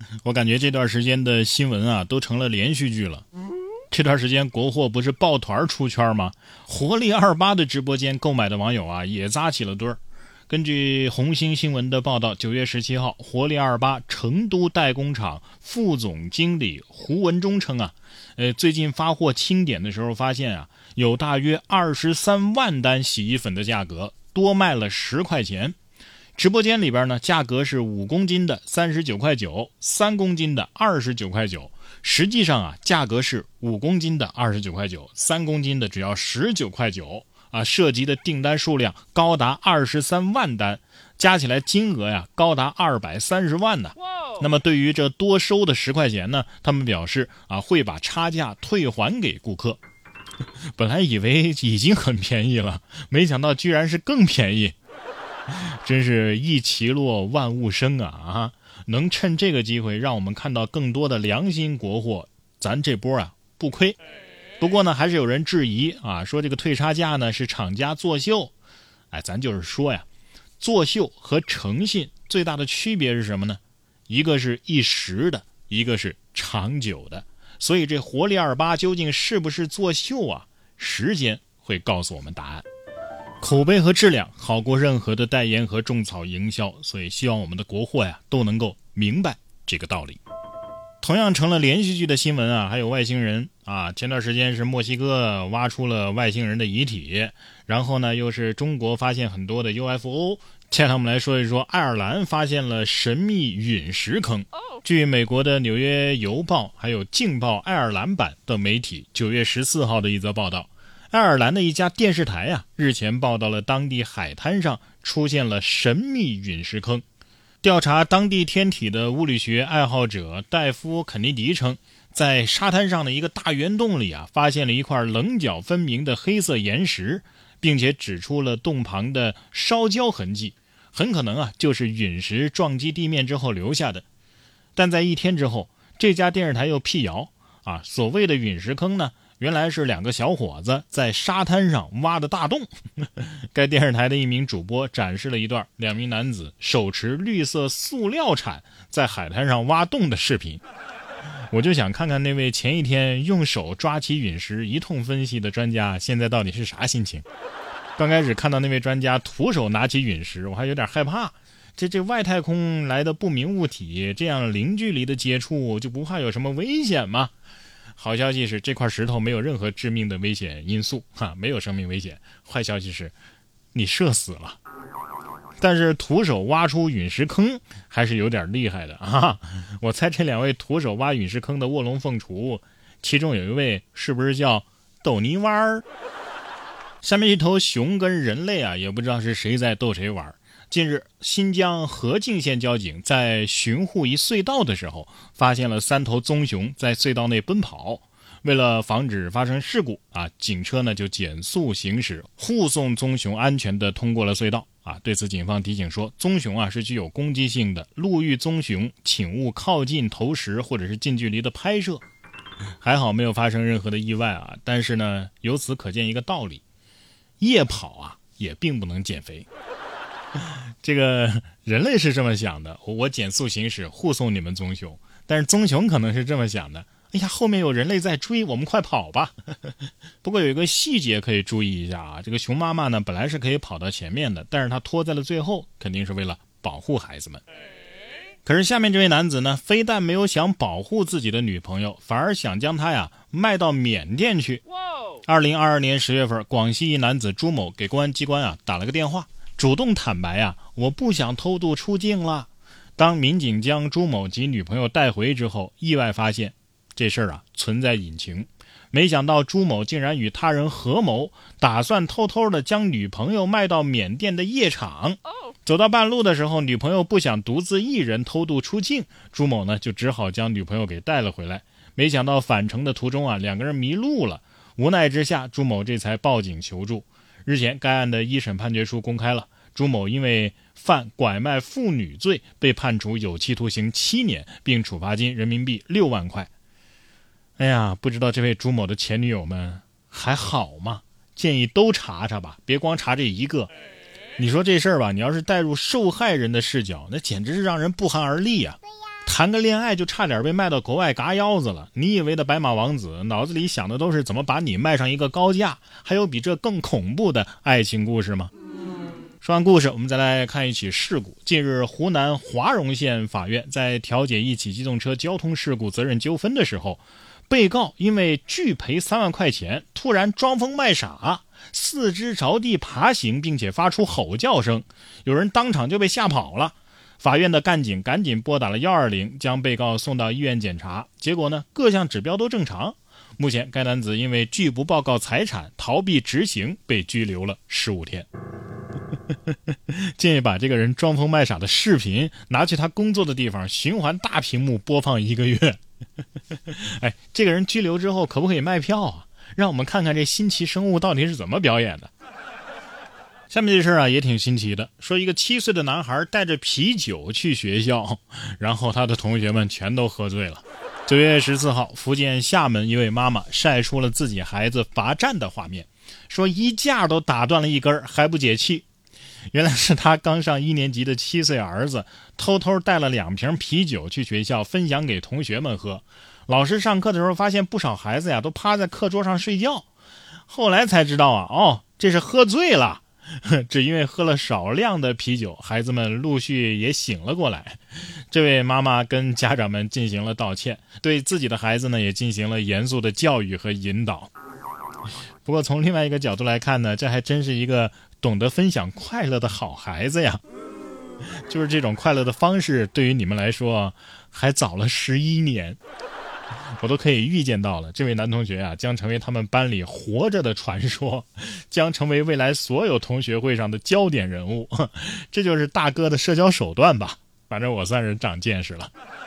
我感觉这段时间的新闻啊都成了连续剧了。这段时间国货不是抱团出圈吗？活力28的直播间购买的网友啊也扎起了堆儿。根据红星新闻的报道，9月17号，活力28成都代工厂副总经理胡文忠称啊，最近发货清点的时候发现啊，有大约23万单洗衣粉的价格多卖了10块钱。直播间里边呢，价格是5公斤的39块9，3公斤的29块9。实际上啊，价格是5公斤的29块9，3公斤的只要19块9。涉及的订单数量高达23万单，加起来金额呀高达230万呢。那么对于这多收的10块钱呢，他们表示会把差价退还给顾客。本来以为已经很便宜了，没想到居然是更便宜。真是一其落万物生啊！能趁这个机会让我们看到更多的良心国货，咱这波不亏。不过呢，还是有人质疑说这个退差价呢是厂家作秀。咱就是说呀，作秀和诚信最大的区别是什么呢？一个是一时的，一个是长久的。所以这活力28究竟是不是作秀啊？时间会告诉我们答案。口碑和质量好过任何的代言和种草营销，所以希望我们的国货都能够明白这个道理。同样成了连续剧的新闻还有外星人前段时间是墨西哥挖出了外星人的遗体，然后呢又是中国发现很多的 UFO。接下来我们来说一说爱尔兰发现了神秘陨石坑。据美国的纽约邮报还有镜报爱尔兰版的媒体9月14号的一则报道，爱尔兰的一家电视台日前报道了当地海滩上出现了神秘陨石坑。调查当地天体的物理学爱好者戴夫·肯尼迪称，在沙滩上的一个大圆洞里发现了一块棱角分明的黑色岩石，并且指出了洞旁的烧焦痕迹，很可能就是陨石撞击地面之后留下的。但在1天之后，这家电视台又辟谣所谓的陨石坑呢，原来是2个小伙子在沙滩上挖的大洞。该电视台的一名主播展示了一段2名男子手持绿色塑料铲在海滩上挖洞的视频。我就想看看那位前1天用手抓起陨石一通分析的专家现在到底是啥心情。刚开始看到那位专家徒手拿起陨石，我还有点害怕，这外太空来的不明物体这样零距离的接触就不怕有什么危险吗？好消息是这块石头没有任何致命的危险因素没有生命危险。坏消息是你射死了。但是徒手挖出陨石坑还是有点厉害的我猜这2位徒手挖陨石坑的卧龙凤雏，其中有一位是不是叫逗泥湾儿？下面一头熊跟人类也不知道是谁在逗谁玩。近日，新疆和静县交警在巡护一隧道的时候，发现了3头棕熊在隧道内奔跑。为了防止发生事故警车呢就减速行驶，护送棕熊安全地通过了隧道对此，警方提醒说，棕熊是具有攻击性的，路遇棕熊请勿靠近投食或者是近距离的拍摄。还好没有发生任何的意外但是呢，由此可见一个道理，夜跑也并不能减肥。这个人类是这么想的，我减速行驶护送你们棕熊，但是棕熊可能是这么想的，哎呀，后面有人类在追，我们快跑吧。不过有一个细节可以注意一下这个熊妈妈呢本来是可以跑到前面的，但是她拖在了最后，肯定是为了保护孩子们。可是下面这位男子呢，非但没有想保护自己的女朋友，反而想将她卖到缅甸去。2022年10月份，广西一男子朱某给公安机关打了个电话，主动坦白我不想偷渡出境了。当民警将朱某及女朋友带回之后，意外发现这事儿存在隐情。没想到朱某竟然与他人合谋，打算偷偷的将女朋友卖到缅甸的夜场。走到半路的时候，女朋友不想独自一人偷渡出境，朱某呢就只好将女朋友给带了回来。没想到返程的途中2个人迷路了，无奈之下，朱某这才报警求助。日前，该案的一审判决书公开了，朱某因为犯拐卖妇女罪被判处有期徒刑7年，并处罚金人民币6万块。哎呀，不知道这位朱某的前女友们还好吗？建议都查查吧，别光查这一个。你说这事儿吧，你要是带入受害人的视角，那简直是让人不寒而栗啊。 谈个恋爱就差点被卖到国外嘎腰子了。你以为的白马王子，脑子里想的都是怎么把你卖上一个高价，还有比这更恐怖的爱情故事吗？说完故事，我们再来看一起事故。近日，湖南华容县法院在调解一起机动车交通事故责任纠纷的时候，被告因为拒赔3万块钱，突然装疯卖傻，四肢着地爬行，并且发出吼叫声，有人当场就被吓跑了。法院的干警赶紧拨打了120，将被告送到医院检查，结果呢，各项指标都正常。目前该男子因为拒不报告财产，逃避执行，被拘留了15天。建议把这个人装疯卖傻的视频拿去他工作的地方循环大屏幕播放1个月。哎，这个人拘留之后可不可以卖票啊？让我们看看这新奇生物到底是怎么表演的。下面这事啊也挺新奇的，说一个7岁的男孩带着啤酒去学校，然后他的同学们全都喝醉了。9月14号，福建厦门一位妈妈晒出了自己孩子罚站的画面，说衣架都打断了一根还不解气。原来是他刚上1年级的7岁儿子偷偷带了2瓶啤酒去学校分享给同学们喝。老师上课的时候发现不少孩子呀都趴在课桌上睡觉，后来才知道啊，这是喝醉了。只因为喝了少量的啤酒，孩子们陆续也醒了过来。这位妈妈跟家长们进行了道歉，对自己的孩子呢也进行了严肃的教育和引导。不过从另外一个角度来看呢，这还真是一个懂得分享快乐的好孩子呀。就是这种快乐的方式对于你们来说还早了11年。我都可以预见到了，这位男同学啊将成为他们班里活着的传说，将成为未来所有同学会上的焦点人物。这就是大哥的社交手段吧，反正我算是长见识了。